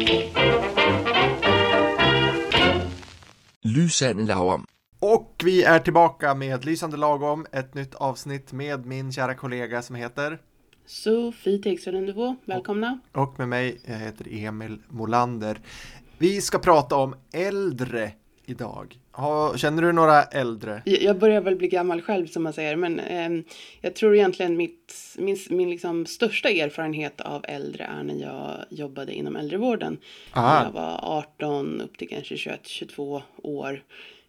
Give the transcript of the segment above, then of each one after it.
Lysande lagom. Och vi är tillbaka med Lysande lagom, ett nytt avsnitt med min kära kollega som heter Sofie Tegström. Välkomna. Och med mig, jag heter Emil Molander. Vi ska prata om äldre idag. Känner du några äldre? Jag börjar väl bli gammal själv som man säger, men jag tror egentligen min liksom största erfarenhet av äldre är när jag jobbade inom äldrevården. När jag var 18 upp till kanske 21-22 år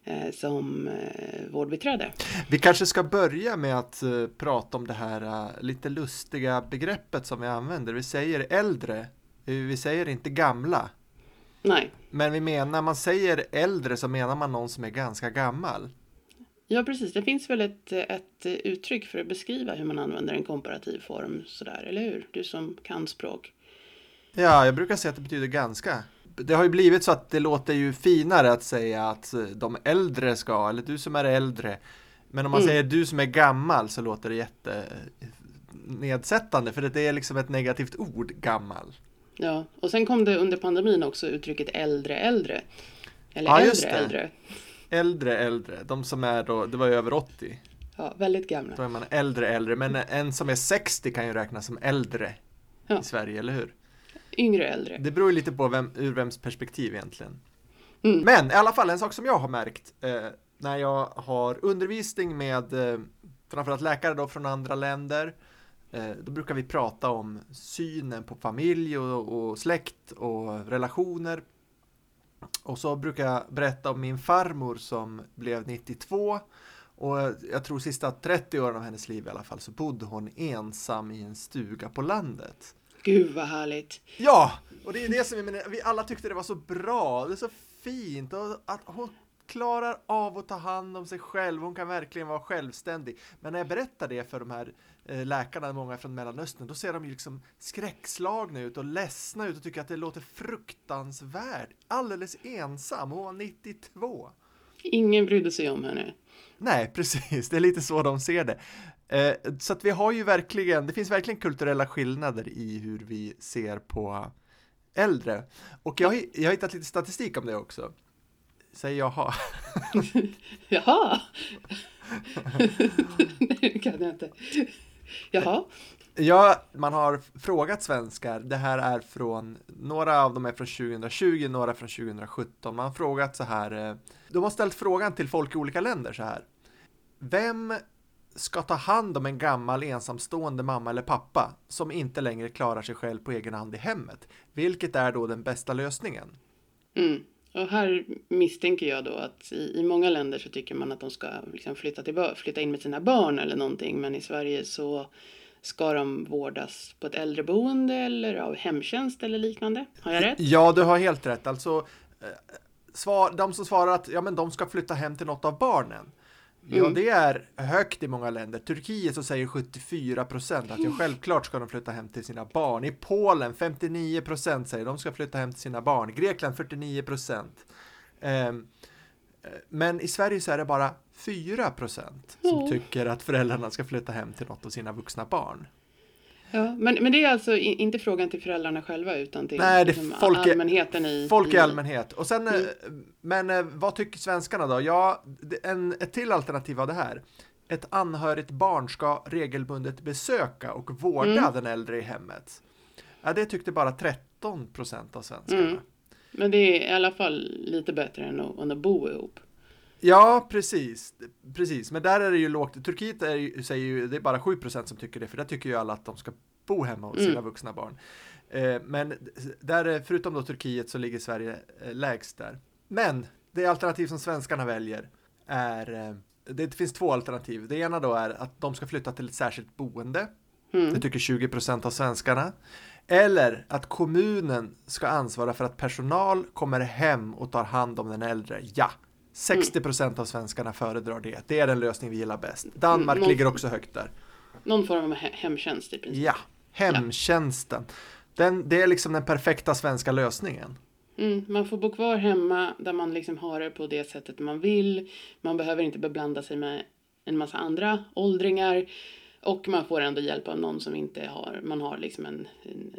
som vårdbiträde. Vi kanske ska börja med att prata om det här lite lustiga begreppet som vi använder. Vi säger äldre, vi säger inte gamla. Nej. Men när man säger äldre så menar man någon som är ganska gammal. Ja, precis. Det finns väl ett uttryck för att beskriva hur man använder en komparativ form sådär, eller hur? Du som kan språk. Ja, jag brukar säga att det betyder ganska. Det har ju blivit så att det låter ju finare att säga att de äldre ska, eller du som är äldre. Men om man säger du som är gammal så låter det jätte nedsättande, för det är liksom ett negativt ord, gammal. Ja, och sen kom det under pandemin också uttrycket äldre. Eller ja, äldre. Äldre. De som är då, det var ju över 80. Ja, väldigt gamla. Då är man äldre. Men en som är 60 kan ju räknas som äldre i Sverige, eller hur? Yngre äldre. Det beror ju lite på ur vems perspektiv egentligen. Men i alla fall en sak som jag har märkt när jag har undervisning med framförallt läkare då från andra länder. Då brukar vi prata om synen på familj och släkt och relationer. Och så brukar jag berätta om min farmor som blev 92. Och jag tror sista 30 åren av hennes liv i alla fall så bodde hon ensam i en stuga på landet. Gud vad härligt. Ja, och det är det som vi alla tyckte det var så bra. Det är så fint och att hon klarar av att ta hand om sig själv. Hon kan verkligen vara självständig. Men när jag berättar det för de här läkarna, många från Mellanöstern, då ser de ju liksom skräckslagna ut och ledsna ut och tycker att det låter fruktansvärt. Alldeles ensam, hon var 92. Ingen brydde sig om henne. Nej, precis. Det är lite så de ser det. Så att vi har ju verkligen, det finns verkligen kulturella skillnader i hur vi ser på äldre. Och jag har hittat lite statistik om det också. Säg jaha. Jaha. Nej, det kan jag inte. Jaha. Ja, man har frågat svenskar. Det här är från, några av dem är från 2020, några från 2017. Man har frågat så här. De har ställt frågan till folk i olika länder så här. Vem ska ta hand om en gammal ensamstående mamma eller pappa som inte längre klarar sig själv på egen hand i hemmet? Vilket är då den bästa lösningen? Och här misstänker jag då att i många länder så tycker man att de ska liksom flytta in med sina barn eller någonting. Men i Sverige så ska de vårdas på ett äldreboende eller av hemtjänst eller liknande. Har jag rätt? Ja, du har helt rätt. Alltså, de som svarar att men de ska flytta hem till något av barnen. Ja, det är högt i många länder. Turkiet så säger 74% att självklart ska de flytta hem till sina barn. I Polen 59% säger de ska flytta hem till sina barn. Grekland 49%. Men i Sverige så är det bara 4% som tycker att föräldrarna ska flytta hem till något av sina vuxna barn. Ja, men det är alltså inte frågan till föräldrarna själva utan till allmänheten folk i allmänhet. Och sen, men vad tycker svenskarna då? Ja, ett till alternativ av det här. Ett anhörigt barn ska regelbundet besöka och vårda den äldre i hemmet. Ja, det tyckte bara 13% av svenskarna. Men det är i alla fall lite bättre än att bo ihop. Ja, precis. Men där är det ju lågt. Turkiet säger ju, det är bara 7% som tycker det. För där tycker ju alla att de ska bo hemma hos sina vuxna barn. Men där, förutom då Turkiet så ligger Sverige lägst där. Men det alternativ som svenskarna väljer är, det finns två alternativ. Det ena då är att de ska flytta till ett särskilt boende. Det tycker 20% av svenskarna. Eller att kommunen ska ansvara för att personal kommer hem och tar hand om den äldre. Ja, 60% av svenskarna föredrar det. Det är den lösning vi gillar bäst. Danmark ligger också högt där. Någon form av hemtjänst i princip. Ja, hemtjänsten. Det är liksom den perfekta svenska lösningen. Man får bo kvar hemma där man liksom har det på det sättet man vill. Man behöver inte beblanda sig med en massa andra åldringar. Och man får ändå hjälp av någon som inte har, man har liksom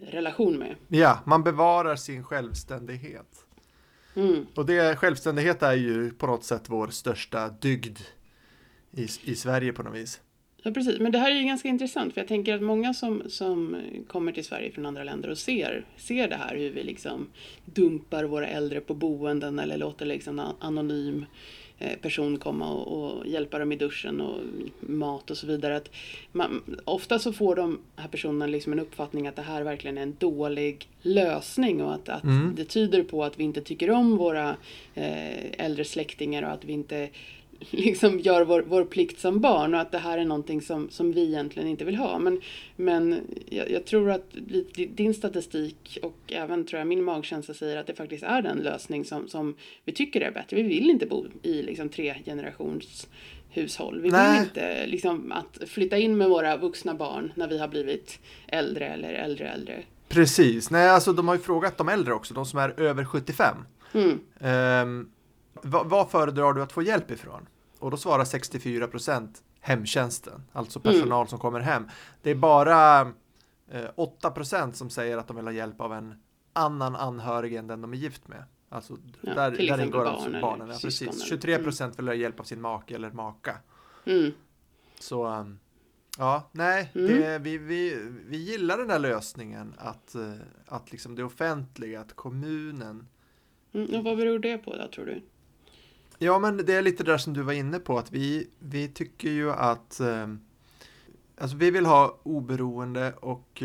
relation med. Ja, man bevarar sin självständighet. Och självständighet är ju på något sätt vår största dygd i Sverige på något vis. Ja, precis. Men det här är ju ganska intressant, för jag tänker att många som kommer till Sverige från andra länder och ser det här, hur vi liksom dumpar våra äldre på boenden eller låter liksom en anonym person komma och hjälpa dem i duschen och mat och så vidare. Att ofta så får de här personerna liksom en uppfattning att det här verkligen är en dålig lösning och att det tyder på att vi inte tycker om våra äldre släktingar och att vi inte liksom gör vår plikt som barn och att det här är någonting som vi egentligen inte vill ha. Men jag tror att din statistik och även tror jag min magkänsla säger att det faktiskt är den lösning som vi tycker är bättre. Vi vill inte bo i liksom 3 generations hushåll. Vi vill inte liksom att flytta in med våra vuxna barn när vi har blivit äldre eller äldre. Precis. Nej, alltså de har ju frågat de äldre också, de som är över 75. Vad föredrar du att få hjälp ifrån? Och då svarar 64% hemtjänsten, alltså personal som kommer hem. Det är bara 8% som säger att de vill ha hjälp av en annan anhörig än den de är gift med. Alltså där ingår alltså barnen. Ja, precis. 23% vill ha hjälp av sin make eller maka. Så vi gillar den här lösningen att liksom det offentliga, att kommunen. Och vad beror det på då, tror du? Ja, men det är lite där som du var inne på, att vi tycker ju att alltså vi vill ha oberoende, och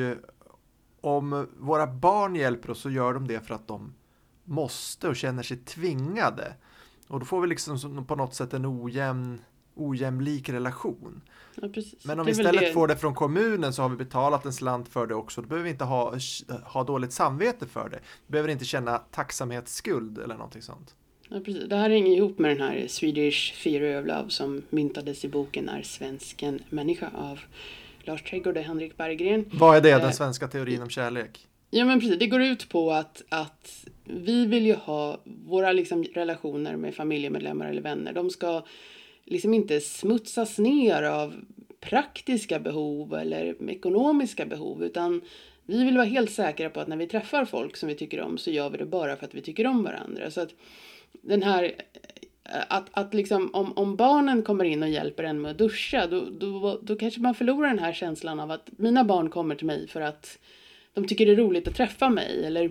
om våra barn hjälper oss så gör de det för att de måste och känner sig tvingade. Och då får vi liksom på något sätt en ojämlik relation. Ja, precis. Men om vi istället får det från kommunen så har vi betalat en slant för det också. Då behöver vi inte ha dåligt samvete för det. Vi behöver inte känna tacksamhetsskuld eller någonting sånt. Ja, precis. Det här hänger ihop med den här Swedish Theory of Love som myntades i boken Är svensken människa av Lars Trädgård och Henrik Berggren. Vad är det, den svenska teorin om kärlek? Ja, men precis. Det går ut på att vi vill ju ha våra liksom relationer med familjemedlemmar eller vänner. De ska liksom inte smutsas ner av praktiska behov eller ekonomiska behov, utan vi vill vara helt säkra på att när vi träffar folk som vi tycker om så gör vi det bara för att vi tycker om varandra. Så att den här att liksom om barnen kommer in och hjälper en med att duscha, då kanske man förlorar den här känslan av att mina barn kommer till mig för att de tycker det är roligt att träffa mig, eller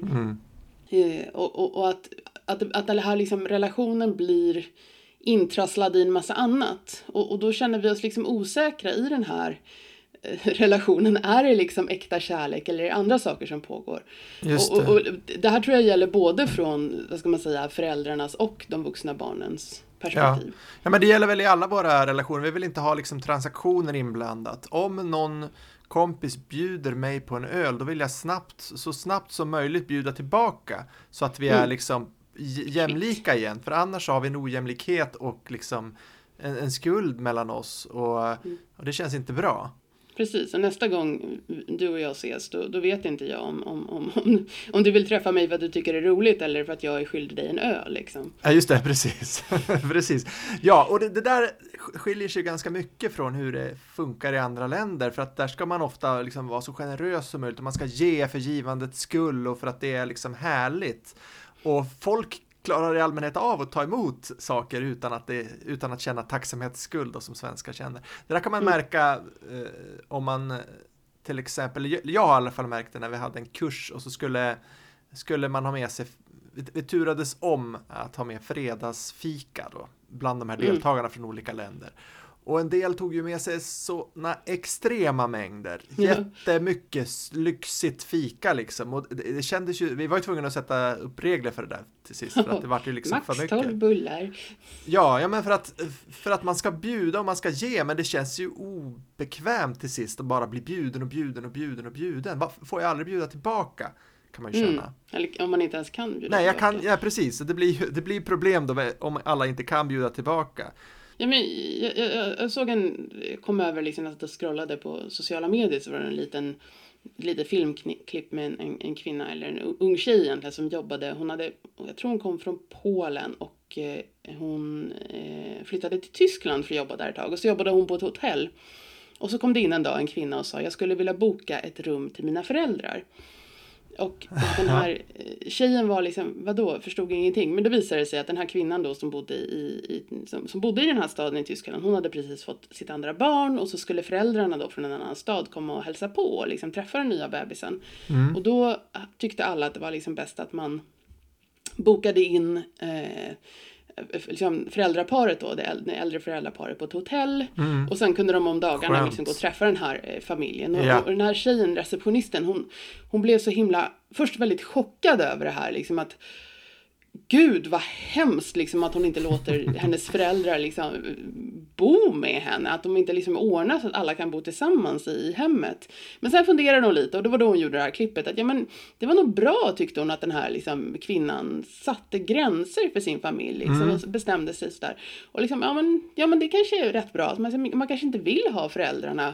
och att den här liksom relationen blir intrasslad i en massa annat, och då känner vi oss liksom osäkra i den här relationen. Är det liksom äkta kärlek eller är det andra saker som pågår? Just det. Och det här tror jag gäller både från, vad ska man säga, föräldrarnas och de vuxna barnens perspektiv. Ja, men det gäller väl i alla våra relationer. Vi vill inte ha liksom transaktioner inblandat. Om någon kompis bjuder mig på en öl, då vill jag så snabbt som möjligt bjuda tillbaka så att vi är liksom jämlika igen. För annars har vi en ojämlikhet och liksom en skuld mellan oss, och det känns inte bra. Precis, och nästa gång du och jag ses, då vet inte jag om du vill träffa mig för att du tycker det är roligt eller för att jag är skyldig dig en öl liksom. Ja, just det, precis. Precis. Ja, och det där skiljer sig ganska mycket från hur det funkar i andra länder, för att där ska man ofta liksom vara så generös som möjligt och man ska ge för givandets skull och för att det är liksom härligt. Och folk klarar i allmänhet av att ta emot saker utan att känna tacksamhetsskuld då, som svenskar känner. Det där kan man märka om man till exempel, jag har i alla fall märkt det när vi hade en kurs och så skulle man ha med sig, vi turades om att ha med fredagsfika då, bland de här deltagarna från olika länder. Och en del tog ju med sig såna extrema mängder. Jättemycket lyxigt fika liksom. Och det kändes ju, vi var ju tvungna att sätta upp regler för det där till sist. För att det var ju liksom för mycket. Max 12 bullar. Ja, men för att man ska bjuda och man ska ge. Men det känns ju obekvämt till sist att bara bli bjuden. Får jag aldrig bjuda tillbaka? Kan man ju känna. Eller om man inte ens kan bjuda tillbaka. Nej, ja precis. Det blir problem då om alla inte kan bjuda tillbaka. Ja, men jag såg jag kom över liksom att jag scrollade på sociala medier, så var det en liten filmklipp med en kvinna eller en ung tjej egentligen som jobbade. Jag tror hon kom från Polen och hon flyttade till Tyskland för att jobba där ett tag. Och så jobbade hon på ett hotell. Och så kom det in en dag en kvinna och sa: jag skulle vilja boka ett rum till mina föräldrar. Och den här tjejen var liksom, vadå, förstod ingenting. Men då visade det sig att den här kvinnan då som bodde som bodde i den här staden i Tyskland, hon hade precis fått sitt andra barn. Och så skulle föräldrarna då från en annan stad komma och hälsa på och liksom träffa den nya bebisen. Och då tyckte alla att det var liksom bäst att man bokade in liksom föräldraparet då, det äldre föräldraparet på ett hotell. Och sen kunde de om dagarna liksom gå och träffa den här familjen. Och den här tjejen, receptionisten, hon blev så himla, först väldigt chockad över det här. Liksom att, gud vad hemskt liksom att hon inte låter hennes föräldrar liksom bo med henne. Att de inte liksom ordnar så att alla kan bo tillsammans i hemmet. Men sen funderade hon lite och det var då hon gjorde det här klippet. Att ja, men det var nog bra, tyckte hon, att den här liksom kvinnan satte gränser för sin familj. Liksom, och bestämde sig sådär. Och liksom, ja men det kanske är rätt bra. Att man kanske inte vill ha föräldrarna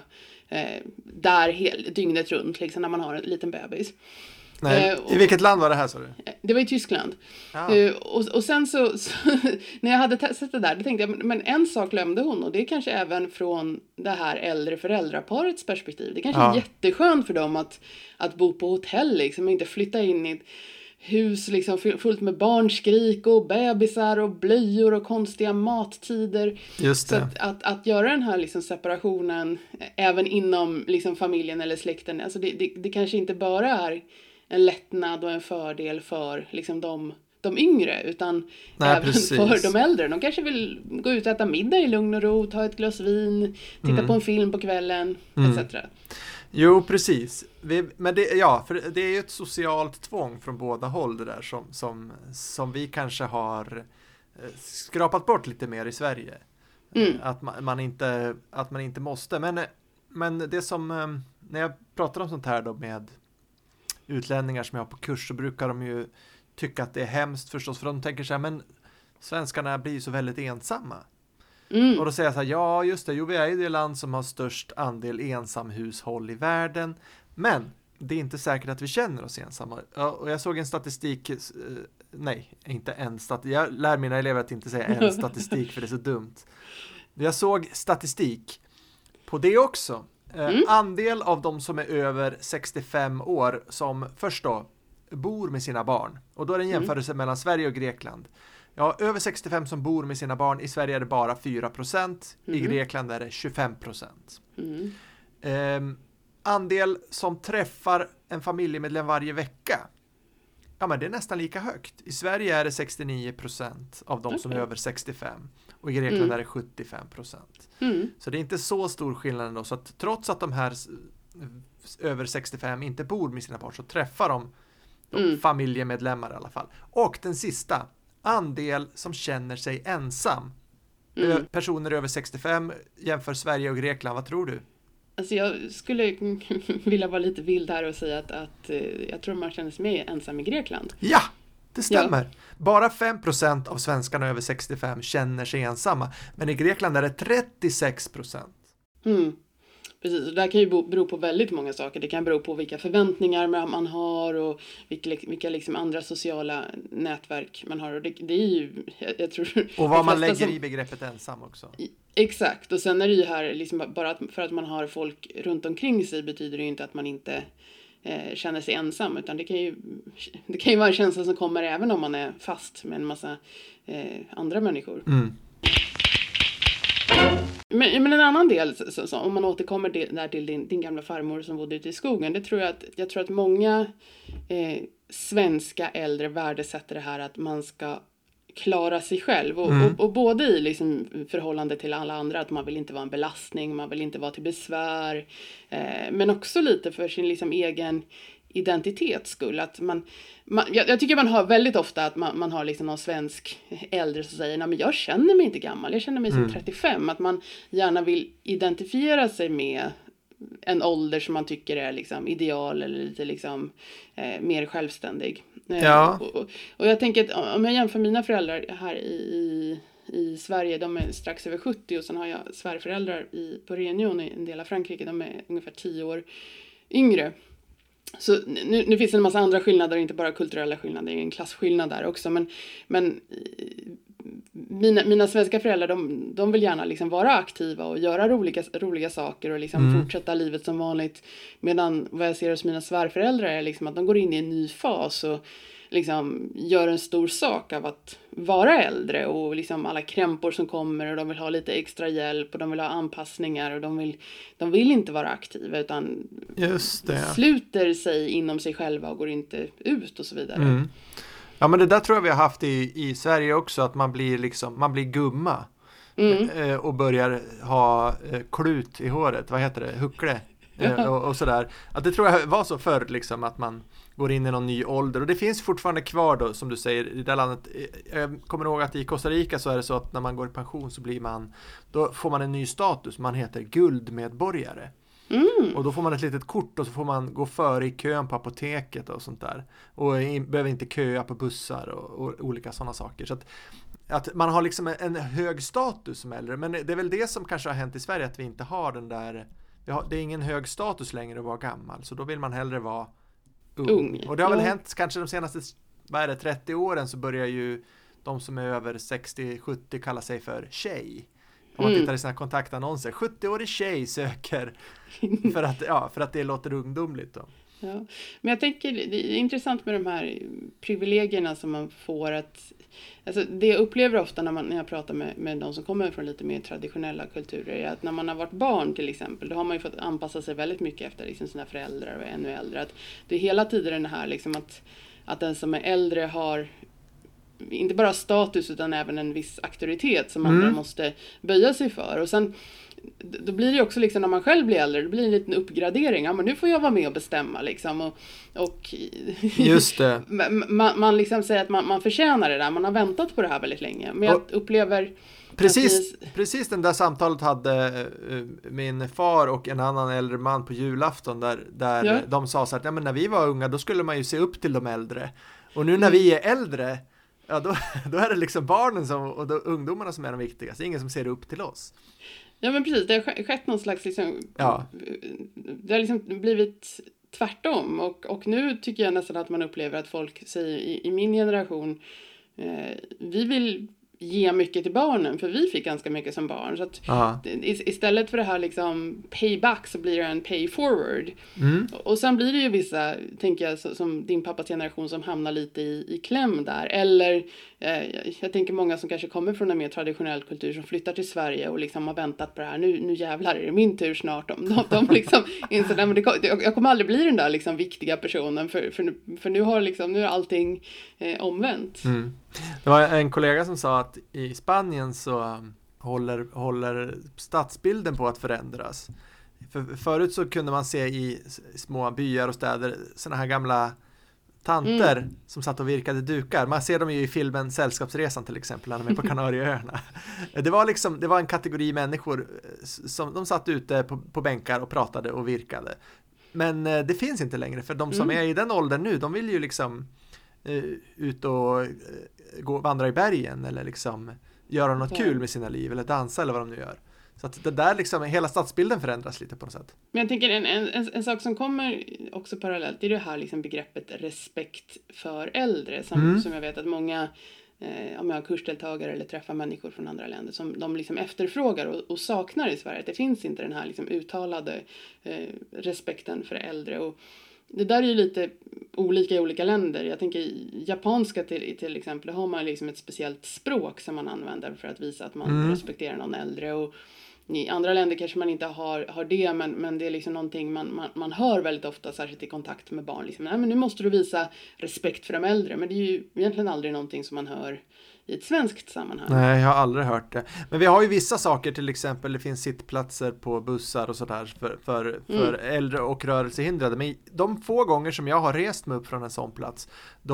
där dygnet runt liksom, när man har en liten bebis. Nej. I vilket land var det här, sa du? Det var i Tyskland. Och sen så när jag hade sett det där, då tänkte jag, men en sak glömde hon, och det är kanske även från det här äldre föräldraparets perspektiv. Det kanske är jätteskönt för dem att bo på hotell liksom, och inte flytta in i ett hus liksom fullt med barnskrik och bebisar och blöjor och konstiga mattider. Just det. Så att göra den här liksom separationen även inom liksom familjen eller släkten, alltså det kanske inte bara är en lättnad och en fördel för liksom de yngre, utan även för de äldre. De kanske vill gå ut och äta middag i lugn och ro, ta ett glas vin, titta på en film på kvällen, etc. Jo, precis. Men för det är ju ett socialt tvång från båda håll, det där som vi kanske har skrapat bort lite mer i Sverige. Att man inte måste. Men det som, när jag pratar om sånt här då med utlänningar som jag har på kurs, så brukar de ju tycka att det är hemskt förstås, för de tänker så här, men svenskarna blir ju så väldigt ensamma. Och då säger jag så här, ja just det, vi är ju det land som har störst andel ensamhushåll i världen, men det är inte säkert att vi känner oss ensamma. Och jag såg en statistik, jag lär mina elever att inte säga en statistik, för det är så dumt. Jag såg statistik på det också. Andel av de som är över 65 år som först då bor med sina barn. Och då är det en jämförelse mellan Sverige och Grekland. Ja, över 65 som bor med sina barn. I Sverige är det bara 4%. I Grekland är det 25%. Andel som träffar en familjemedlem varje vecka. Ja, men det är nästan lika högt. I Sverige är det 69% av de som är över 65. Och i Grekland är det 75%. Så det är inte så stor skillnad ändå. Så att trots att de här över 65 inte bor med sina barn, så träffar de familjemedlemmar i alla fall. Och den sista, andel som känner sig ensam. Personer över 65 jämför Sverige och Grekland. Vad tror du? Alltså jag skulle vilja vara lite vild här och säga att jag tror man känner sig mer ensam i Grekland. Ja, det stämmer. Ja. Bara 5% av svenskarna över 65 känner sig ensamma. Men i Grekland är det 36%. Precis, och det här kan ju bero på väldigt många saker. Det kan bero på vilka förväntningar man har och vilka liksom andra sociala nätverk man har. Och det är ju, jag tror... Och vad man lägger i begreppet ensam också. Exakt, och sen är det ju här liksom bara för att man har folk runt omkring sig betyder det ju inte att man inte känner sig ensam, utan det kan ju vara en känsla som kommer även om man är fast med en massa andra människor. Men en annan del, så om man återkommer där till din gamla farmor som bodde ute i skogen, jag tror att många svenska äldre värdesätter det här att man ska klara sig själv och både i liksom förhållande till alla andra, att man vill inte vara en belastning, man vill inte vara till besvär, men också lite för sin liksom egen identitets skull. Att jag tycker man har väldigt ofta att man har liksom någon svensk äldre som säger, nej men jag känner mig inte gammal, jag känner mig som 35. Att man gärna vill identifiera sig med en ålder som man tycker är liksom ideal eller lite liksom mer självständig. Ja. Och jag tänker att om jag jämför mina föräldrar här i Sverige, de är strax över 70, och sen har jag svärföräldrar på Réunion i en del av Frankrike, de är ungefär 10 år yngre. Så nu finns det en massa andra skillnader, inte bara kulturella skillnader, det är en klasskillnad där också, men mina svenska föräldrar, de vill gärna liksom vara aktiva och göra roliga saker och liksom fortsätta livet som vanligt. Medan vad jag ser hos mina svärföräldrar är liksom att de går in i en ny fas och liksom gör en stor sak av att vara äldre och liksom alla krämpor som kommer och de vill ha lite extra hjälp och de vill ha anpassningar och de vill inte vara aktiva utan just det. Sluter sig inom sig själva och går inte ut och så vidare. Ja, men det där tror jag vi har haft i Sverige också, att man blir gumma och börjar ha klut i håret, vad heter det, huckle och sådär. Att det tror jag var så förr liksom, att man går in i någon ny ålder, och det finns fortfarande kvar då, som du säger, i det landet. Jag kommer ihåg att i Costa Rica så är det så att när man går i pension så då får man en ny status, man heter guldmedborgare. Och då får man ett litet kort och så får man gå före i kön på apoteket och sånt där. Och behöver inte köa på bussar och olika sådana saker. Så att man har liksom en hög status som äldre. Men det är väl det som kanske har hänt i Sverige, att vi inte har den där... Det är ingen hög status längre att vara gammal. Så då vill man hellre vara ung. Och det har väl hänt kanske de senaste 30 åren, så börjar ju de som är över 60-70 kalla sig för tjej. Om man tittar i sina kontaktannonser. 70-årig tjej söker. För att det låter ungdomligt då. Ja. Men jag tänker, det är intressant med de här privilegierna som man får. Alltså det jag upplever ofta när jag pratar med de som kommer från lite mer traditionella kulturer är att när man har varit barn till exempel, då har man ju fått anpassa sig väldigt mycket efter liksom sina föräldrar och ännu äldre. Att det är hela tiden det här liksom att den som är äldre har inte bara status utan även en viss auktoritet som andra måste böja sig för. Och sen då blir det ju också liksom när man själv blir äldre, det blir en liten uppgradering. Ja, men nu får jag vara med och bestämma liksom. Och just det. man liksom säger att man förtjänar det där. Man har väntat på det här väldigt länge. Men jag upplever... Precis den där samtalet hade min far och en annan äldre man på julafton där de sa så att men när vi var unga då skulle man ju se upp till de äldre. Och nu när vi är äldre, ja, då är det liksom barnen och ungdomarna som är de viktigaste. Ingen som ser upp till oss. Ja, men precis. Det har skett någon slags liksom, det har liksom blivit tvärtom. Och nu tycker jag nästan att man upplever att folk säger i min generation, vi vill ge mycket till barnen, för vi fick ganska mycket som barn. Så att istället för det här liksom payback så blir det en pay forward. Och sen blir det ju vissa, tänker jag, som din pappas generation som hamnar lite i kläm där. Eller jag tänker många som kanske kommer från en mer traditionell kultur som flyttar till Sverige och liksom har väntat på det här. Nu jävlar är det min tur snart. De liksom inser att jag kommer aldrig bli den där liksom viktiga personen för nu har liksom, nu är allting omvänt. Det var en kollega som sa att i Spanien så håller stadsbilden på att förändras. Förut så kunde man se i små byar och städer såna här gamla tanter som satt och virkade dukar. Man ser dem ju i filmen Sällskapsresan till exempel, när de är på Kanarieöarna. Det var en kategori människor som de satt ute på bänkar och pratade och virkade. Men det finns inte längre, för de som är i den åldern nu, de vill ju liksom ut och vandra i bergen eller liksom göra något kul med sina liv eller dansa eller vad de nu gör. Så att det där liksom, hela stadsbilden förändras lite på något sätt. Men jag tänker en sak som kommer också parallellt är det här liksom begreppet respekt för äldre som jag vet att många om jag har kursdeltagare eller träffar människor från andra länder som de liksom efterfrågar och saknar i Sverige. Det finns inte den här liksom uttalade respekten för äldre, och det där är ju lite olika i olika länder. Jag tänker japanska till exempel, då har man liksom ett speciellt språk som man använder för att visa att man respekterar någon äldre, och i andra länder kanske man inte har det, men det är liksom någonting man hör väldigt ofta, särskilt i kontakt med barn. Liksom, nej, men nu måste du visa respekt för de äldre, men det är ju egentligen aldrig någonting som man hör i ett svenskt sammanhang. Nej, jag har aldrig hört det. Men vi har ju vissa saker, till exempel det finns sittplatser på bussar och sådär för äldre och rörelsehindrade. Men de få gånger som jag har rest mig upp från en sån plats, då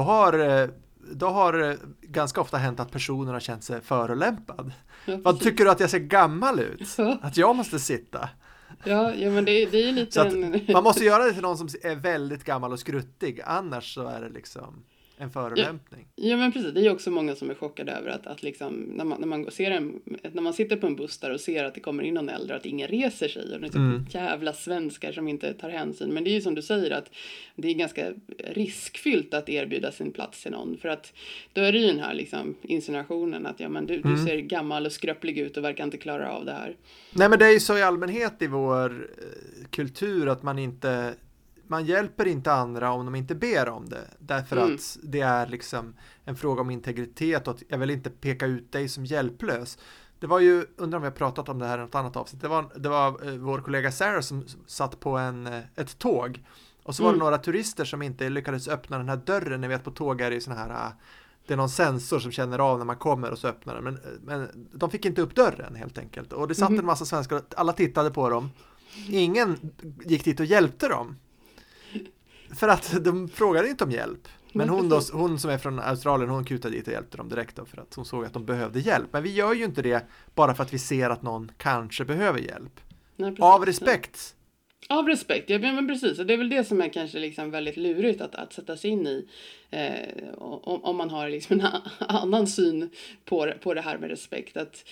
har ganska ofta hänt att personer har känt sig förolämpad. Ja, vad tycker du, att jag ser gammal ut? Så. Att jag måste sitta? Ja, men det är lite man måste göra det till någon som är väldigt gammal och skruttig. Annars så är det liksom en förolämpning. Ja, men precis. Det är ju också många som är chockade över att liksom, när man sitter på en buss där och ser att det kommer in någon äldre, att ingen reser sig. Och det är typ jävla svenskar som inte tar hänsyn. Men det är ju som du säger, att det är ganska riskfyllt att erbjuda sin plats till någon. För att då är det ju den här liksom insinuationen att du ser gammal och skröplig ut och verkar inte klara av det här. Nej, men det är ju så i allmänhet i vår kultur att man hjälper inte andra om de inte ber om det. Därför att det är liksom en fråga om integritet och att jag vill inte peka ut dig som hjälplös. Det var ju, undrar om vi har pratat om det här i något annat avsnitt. Det var vår kollega Sarah som satt på ett tåg. Och så var det några turister som inte lyckades öppna den här dörren. Ni vet, på tåg är det sån här, det är någon sensor som känner av när man kommer och så öppnar den. Men de fick inte upp dörren helt enkelt. Och det satt en massa svenskar och alla tittade på dem. Ingen gick dit och hjälpte dem. För att de frågade inte om hjälp. Men hon som är från Australien, hon kutade dit och hjälpte dem direkt då, för att hon såg att de behövde hjälp. Men vi gör ju inte det bara för att vi ser att någon kanske behöver hjälp. Nej, precis, av respekt. Av respekt, ja, men precis. Och det är väl det som är kanske liksom väldigt lurigt att sätta sig in i. Om man har liksom en annan syn på det här med respekt. Att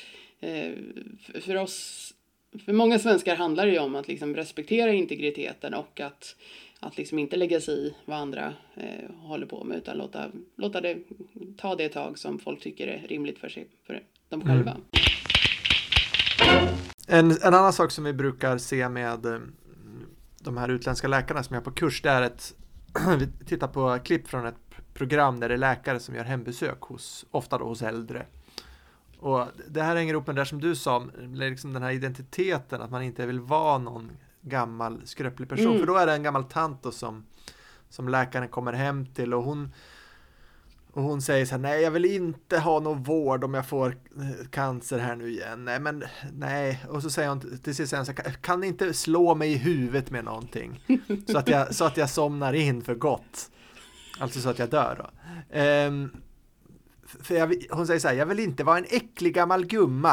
för många svenskar handlar det ju om att liksom respektera integriteten och att liksom inte lägga sig i vad andra håller på med, utan låta det ta det tag som folk tycker är rimligt för dem själva. En annan sak som vi brukar se med de här utländska läkarna som är på kurs, det är vi tittar på klipp från ett program där det är läkare som gör hembesök ofta hos äldre. Och det här hänger ihop med det som du sa, liksom den här identiteten, att man inte vill vara någon gammal skröplig person. För då är det en gammal tant då som läkaren kommer hem till, och hon säger så här: nej, jag vill inte ha någon vård om jag får cancer här nu igen. Nej. Och så säger hon till sist så här: kan ni inte slå mig i huvudet med någonting så att jag somnar in för gott. Alltså så att jag dör då. Hon säger så här: jag vill inte vara en äcklig gammal gumma.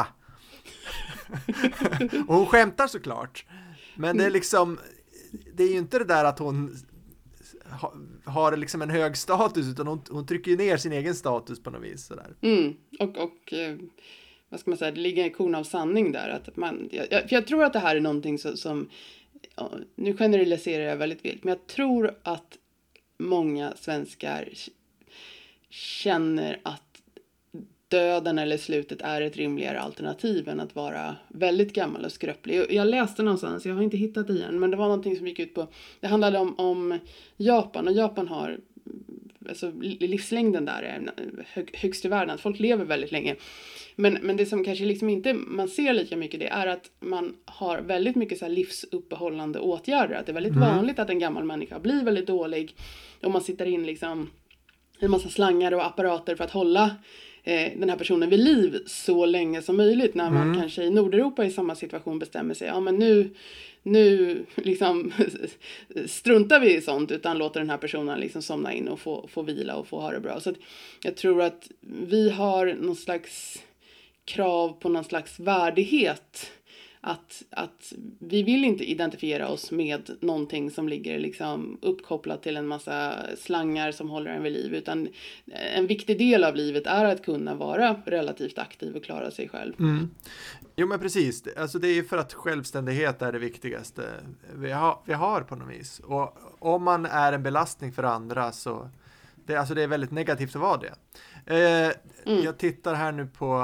Och hon skämtar såklart. Men det är liksom, det är ju inte det där att hon har liksom en hög status, utan hon trycker ju ner sin egen status på något vis sådär. Och vad ska man säga, det ligger en korn av sanning där, att jag tror att det här är någonting som nu generaliserar jag väldigt vilt, men jag tror att många svenskar känner att döden eller slutet är ett rimligare alternativ än att vara väldigt gammal och skröplig. Jag läste någonstans, jag har inte hittat det igen, men det var någonting som gick ut på, det handlade om Japan, och Japan har, alltså livslängden där är högst i världen, att folk lever väldigt länge. Men det som kanske liksom inte man ser lika mycket, det är att man har väldigt mycket så här livsuppehållande åtgärder, att det är väldigt vanligt att en gammal människa blir väldigt dålig, och man sitter in liksom en massa slangar och apparater för att hålla den här personen vid liv så länge som möjligt, när man kanske i Nordeuropa i samma situation bestämmer sig, ja men nu liksom struntar vi i sånt, utan låter den här personen liksom somna in och få vila och få ha det bra. Så att jag tror att vi har någon slags krav på någon slags värdighet, att vi vill inte identifiera oss med någonting som ligger liksom uppkopplat till en massa slangar som håller en vid liv, utan en viktig del av livet är att kunna vara relativt aktiv och klara sig själv. Jo, men precis, alltså det är ju för att självständighet är det viktigaste vi har på något vis, och om man är en belastning för andra så det är väldigt negativt att vara det. Jag tittar här nu på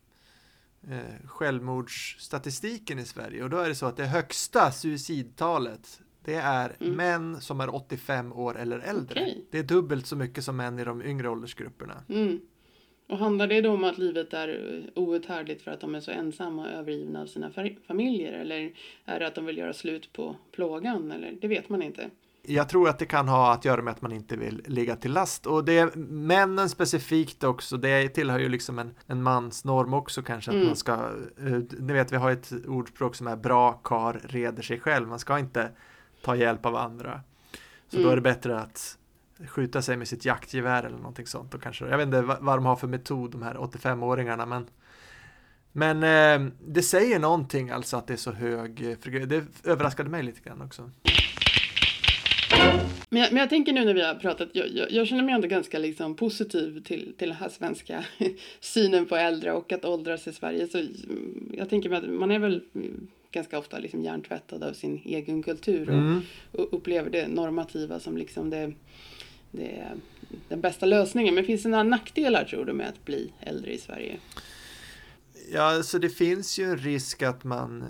självmordsstatistiken i Sverige, och då är det så att det högsta suicidtalet, det är män som är 85 år eller äldre. Okay. Det är dubbelt så mycket som män i de yngre åldersgrupperna. Och handlar det då om att livet är outhärdligt för att de är så ensamma och övergivna av sina familjer, eller är det att de vill göra slut på plågan, eller det vet man inte? Jag tror att det kan ha att göra med att man inte vill ligga till last. Och det är männen specifikt också. Det tillhör ju liksom en mansnorm också kanske. Att man ska, ni vet, vi har ett ordspråk som är bra karl reder sig själv. Man ska inte ta hjälp av andra. Så då är det bättre att skjuta sig med sitt jaktgevär eller någonting sånt. Och kanske, jag vet inte vad de har för metod, de här 85-åringarna. Men det säger någonting alltså att det är så hög. Det överraskade mig lite grann också. Men jag tänker nu när vi har pratat, jag känner mig ändå ganska liksom positiv till den här svenska synen på äldre och att åldras i Sverige. Så jag tänker mig att man är väl ganska ofta liksom hjärntvättad av sin egen kultur och upplever det normativa som liksom det är den bästa lösningen. Men finns det några nackdelar, tror du, med att bli äldre i Sverige? Ja, så det finns ju en risk att man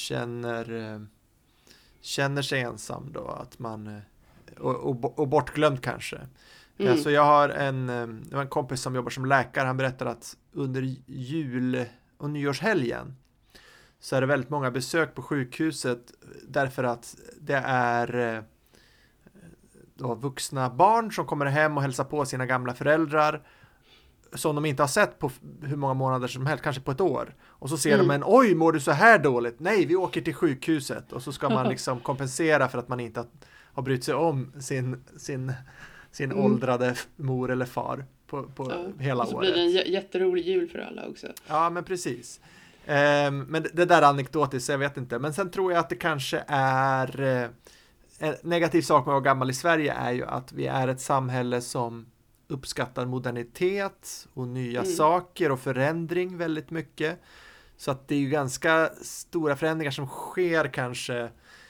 känner sig ensam då, att man och bortglömd kanske. Så jag har en kompis som jobbar som läkare. Han berättar att under jul- och nyårshelgen så är det väldigt många besök på sjukhuset därför att det är då vuxna barn som kommer hem och hälsar på sina gamla föräldrar som de inte har sett på hur många månader som helst, kanske på ett år. Och så ser de oj, mår du så här dåligt? Nej, vi åker till sjukhuset. Och så ska man liksom kompensera för att man inte har brytt sig om sin åldrade mor eller far på hela året. Så blir det en jätterolig jul för alla också. Ja, men precis. Men det där är anekdotiskt, jag vet inte. Men sen tror jag att det kanske är en negativ sak med att vara gammal i Sverige är ju att vi är ett samhälle som uppskattar modernitet och nya saker och förändring väldigt mycket. Så att det är ju ganska stora förändringar som sker kanske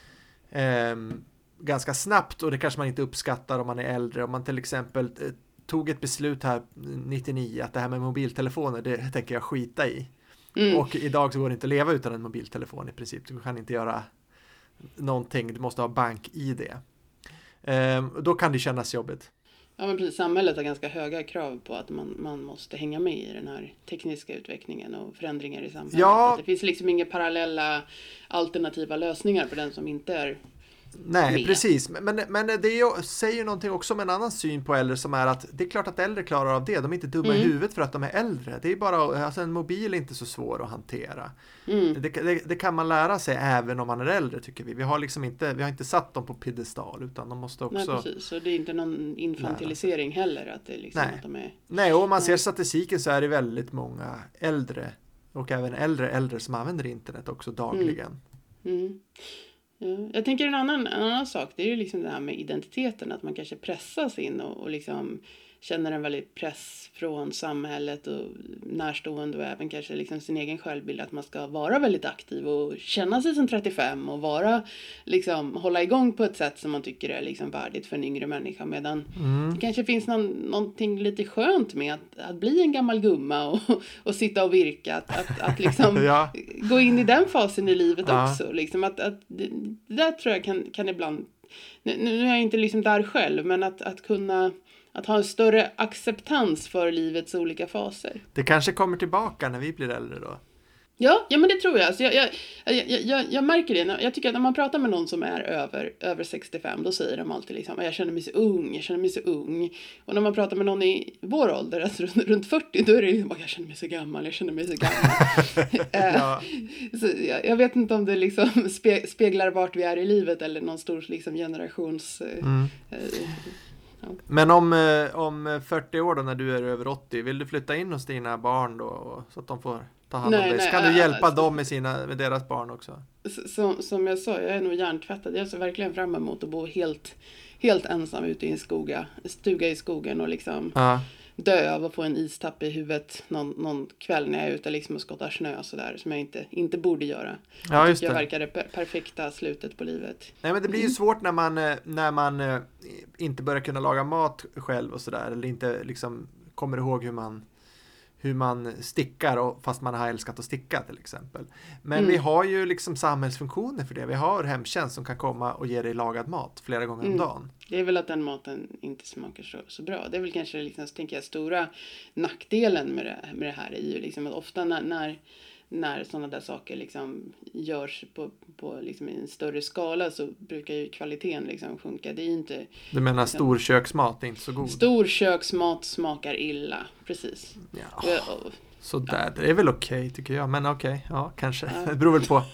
ganska snabbt, och det kanske man inte uppskattar om man är äldre. Om man till exempel tog ett beslut här 99 att det här med mobiltelefoner, det tänker jag skita i. Och idag så går det inte att leva utan en mobiltelefon i princip. Du kan inte göra någonting, du måste ha bank-ID. Då kan det kännas jobbigt. Ja, men precis. Samhället har ganska höga krav på att man måste hänga med i den här tekniska utvecklingen och förändringar i samhället. Ja. Det finns liksom inga parallella alternativa lösningar för den som inte är Nej, med. Precis. Men det säger ju någonting också om en annan syn på äldre, som är att det är klart att äldre klarar av det. De är inte dumma i huvudet för att de är äldre. Det är bara, alltså en mobil är inte så svår att hantera. Det kan man lära sig även om man är äldre, tycker vi. Vi har inte satt dem på piedestal, utan de måste också... Nej, precis. Så det är inte någon infantilisering heller. Att det liksom Nej. Att de är... Nej, och om man ser statistiken så är det väldigt många äldre och även äldre som använder internet också dagligen. Ja. Jag tänker en annan sak, det är ju liksom det här med identiteten, att man kanske pressas in och liksom känner en väldigt press från samhället och närstående och även kanske liksom sin egen självbild, att man ska vara väldigt aktiv och känna sig som 35 och vara liksom hålla igång på ett sätt som man tycker är liksom värdigt för en yngre människa, medan det kanske finns någonting lite skönt med att bli en gammal gumma och sitta och virka, att liksom gå in i den fasen i livet också, liksom att det där tror jag kan ibland, nu är jag inte liksom där själv, men att kunna att ha en större acceptans för livets olika faser. Det kanske kommer tillbaka när vi blir äldre då? Ja, men det tror jag. Alltså jag märker det. Jag tycker att när man pratar med någon som är över 65, då säger de alltid liksom, jag känner mig så ung. Och när man pratar med någon i vår ålder, alltså runt 40, då är det liksom, jag känner mig så gammal. Så jag vet inte om det liksom speglar vart vi är i livet eller någon stor liksom generations... Men om 40 år då, när du är över 80, vill du flytta in hos dina barn då, så att de får ta hand om dig? Så kan du hjälpa dem med deras barn också? Som jag sa, jag är nog hjärntvättad. Jag ser verkligen fram emot att bo helt ensam ute i en stuga i skogen och liksom dö av att få en istapp i huvudet någon kväll när jag är ute liksom och skottar snö så där, som jag inte borde göra. Ja, just det. Jag verkar det perfekta slutet på livet. Nej, men det blir ju svårt när man inte börjar kunna laga mat själv och sådär, eller inte liksom kommer ihåg hur man stickar, och fast man har älskat att sticka till exempel. Men vi har ju liksom samhällsfunktioner för det. Vi har hemtjänst som kan komma och ge dig lagad mat flera gånger om dagen. Det är väl att den maten inte smakar så bra. Det är väl kanske liksom, så tänker jag, stora nackdelen med det här är ju liksom att ofta när sådana där saker liksom görs på liksom en större skala, så brukar ju kvaliteten liksom sjunka. Det är ju inte... Du menar liksom, storköksmat är inte så god? Storköksmat smakar illa, precis. Ja. Så där, det är väl okej, tycker jag. Men okej, ja, kanske. Det beror väl på.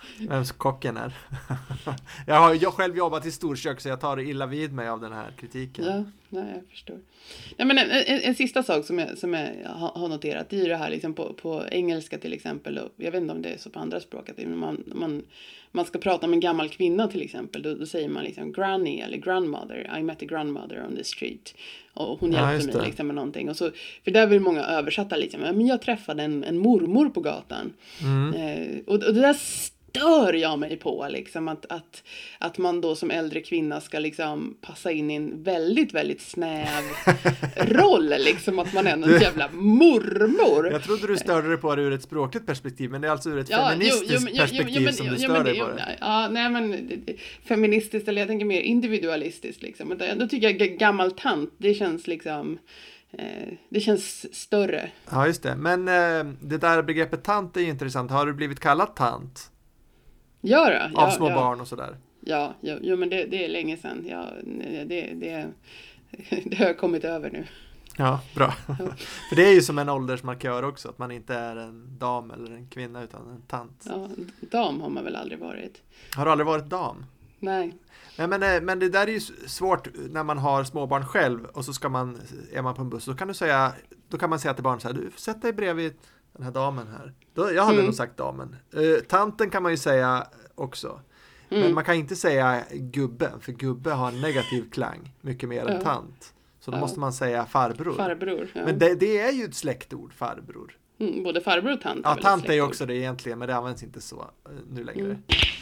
Vem kocken är. Jag har själv jobbat i storkök så jag tar illa vid mig av den här kritiken. Ja, nej, jag förstår. Ja, men en sista sak som jag har noterat, det är ju det här liksom på engelska till exempel, och jag vet inte om det är så på andra språk, att man ska prata med en gammal kvinna till exempel, då säger man liksom granny eller grandmother. I met a grandmother on the street. Och hon hjälpte mig liksom med någonting. Och så, för där vill många översätta liksom, men jag träffade en mormor på gatan. Och det där stör jag mig på liksom, att man då som äldre kvinna ska liksom passa in i en väldigt, väldigt snäv roll liksom, att man är en jävla mormor. Jag trodde du störde dig på det ur ett språkligt perspektiv, men det är alltså ur ett feministiskt perspektiv som du stör dig på det. Ja, nej men feministiskt, eller jag tänker mer individualistiskt liksom. Då tycker jag gammal tant, det känns liksom det känns större. Ja, just det. Men det där begreppet tant är ju intressant. Har du blivit kallad tant? Av små barn och sådär. Ja, men det är länge sedan. Det har jag kommit över nu. Ja, bra. Ja. För det är ju som en åldersmarkör också, att man inte är en dam eller en kvinna utan en tant. Ja, dam har man väl aldrig varit. Har du aldrig varit dam? Nej. Nej, men det där är ju svårt när man har småbarn själv och så är man på en buss, då kan man säga till barn så här: du får sätta dig bredvid den här damen här. Jag hade nog sagt damen. Tanten kan man ju säga också. Men man kan inte säga gubben, för gubbe har en negativ klang mycket mer än tant. Så då måste man säga farbror. Farbror, ja. Men det är ju ett släktord, farbror. Både farbror och tant. Ja, tant är ju också det egentligen, men det används inte så nu längre.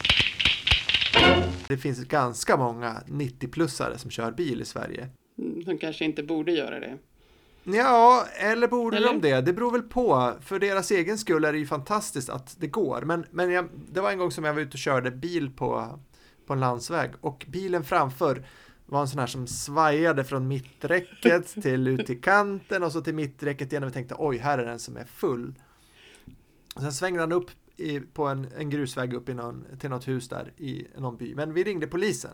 Det finns ganska många 90-plussare som kör bil i Sverige. Som kanske inte borde göra det. Ja, eller borde de det? Det beror väl på. För deras egen skull är det ju fantastiskt att det går. Men det var en gång som jag var ute och körde bil på en landsväg. Och bilen framför var en sån här som svajade från mitträcket till ut till kanten och så till mitträcket igen. Och vi tänkte, oj, här är den som är full. Och sen svängde han upp på en grusväg upp till något hus där i någon by. Men vi ringde polisen.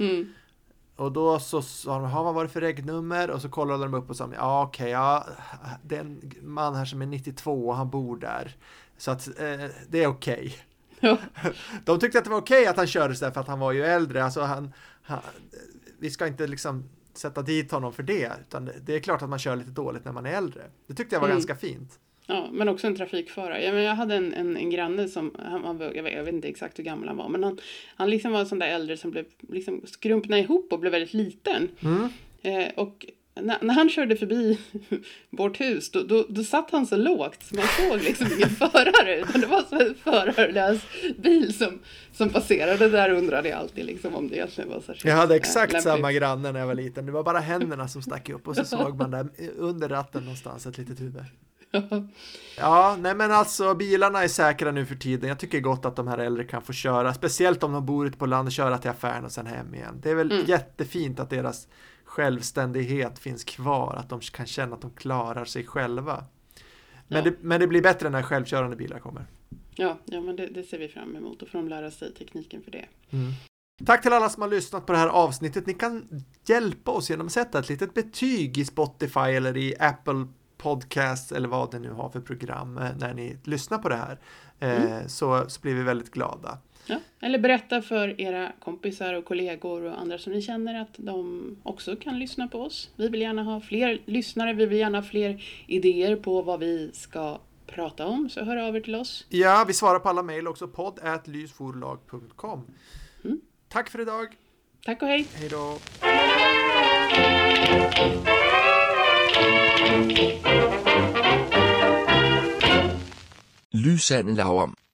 Och då så sa de, vad var det för regnummer? Och så kollade de upp och sa, det är en man här som är 92 och han bor där. Så att det är okej. Ja. De tyckte att det var okej att han körde så där för att han var ju äldre. Alltså vi ska inte liksom sätta dit honom för det. Utan det är klart att man kör lite dåligt när man är äldre. Det tyckte jag var ganska fint. Ja, men också en trafikfara. Jag hade en granne som, jag vet inte exakt hur gammal han var, men han liksom var en sån där äldre som blev liksom skrumpna ihop och blev väldigt liten. Och när han körde förbi vårt hus, då satt han så lågt så man såg liksom ingen förare, utan det var så en förarlös bil som passerade där, undrade jag alltid liksom om det egentligen var så. Jag hade exakt samma granne när jag var liten. Det var bara händerna som stack upp och så såg man där under ratten någonstans ett litet huvud. Ja, nej men alltså bilarna är säkra nu för tiden. Jag tycker gott att de här äldre kan få köra, speciellt om de bor ute på landet, köra till affären och sen hem igen. Det är väl jättefint att deras självständighet finns kvar, att de kan känna att de klarar sig själva. Men det blir bättre när självkörande bilar kommer. Ja, men det ser vi fram emot, och får de lära sig tekniken för det. Tack till alla som har lyssnat på det här avsnittet. Ni kan hjälpa oss genom att sätta ett litet betyg i Spotify eller i Apple Podcast eller vad det nu har för program när ni lyssnar på det här. Så blir vi väldigt glada. Ja, eller berätta för era kompisar och kollegor och andra som ni känner att de också kan lyssna på oss. Vi vill gärna ha fler lyssnare, vi vill gärna ha fler idéer på vad vi ska prata om, så hör av er till oss. Ja, vi svarar på alla mejl också, podd@lysforlag.com. Tack för idag. Tack och hej. Hej då. Lyssand Laurum.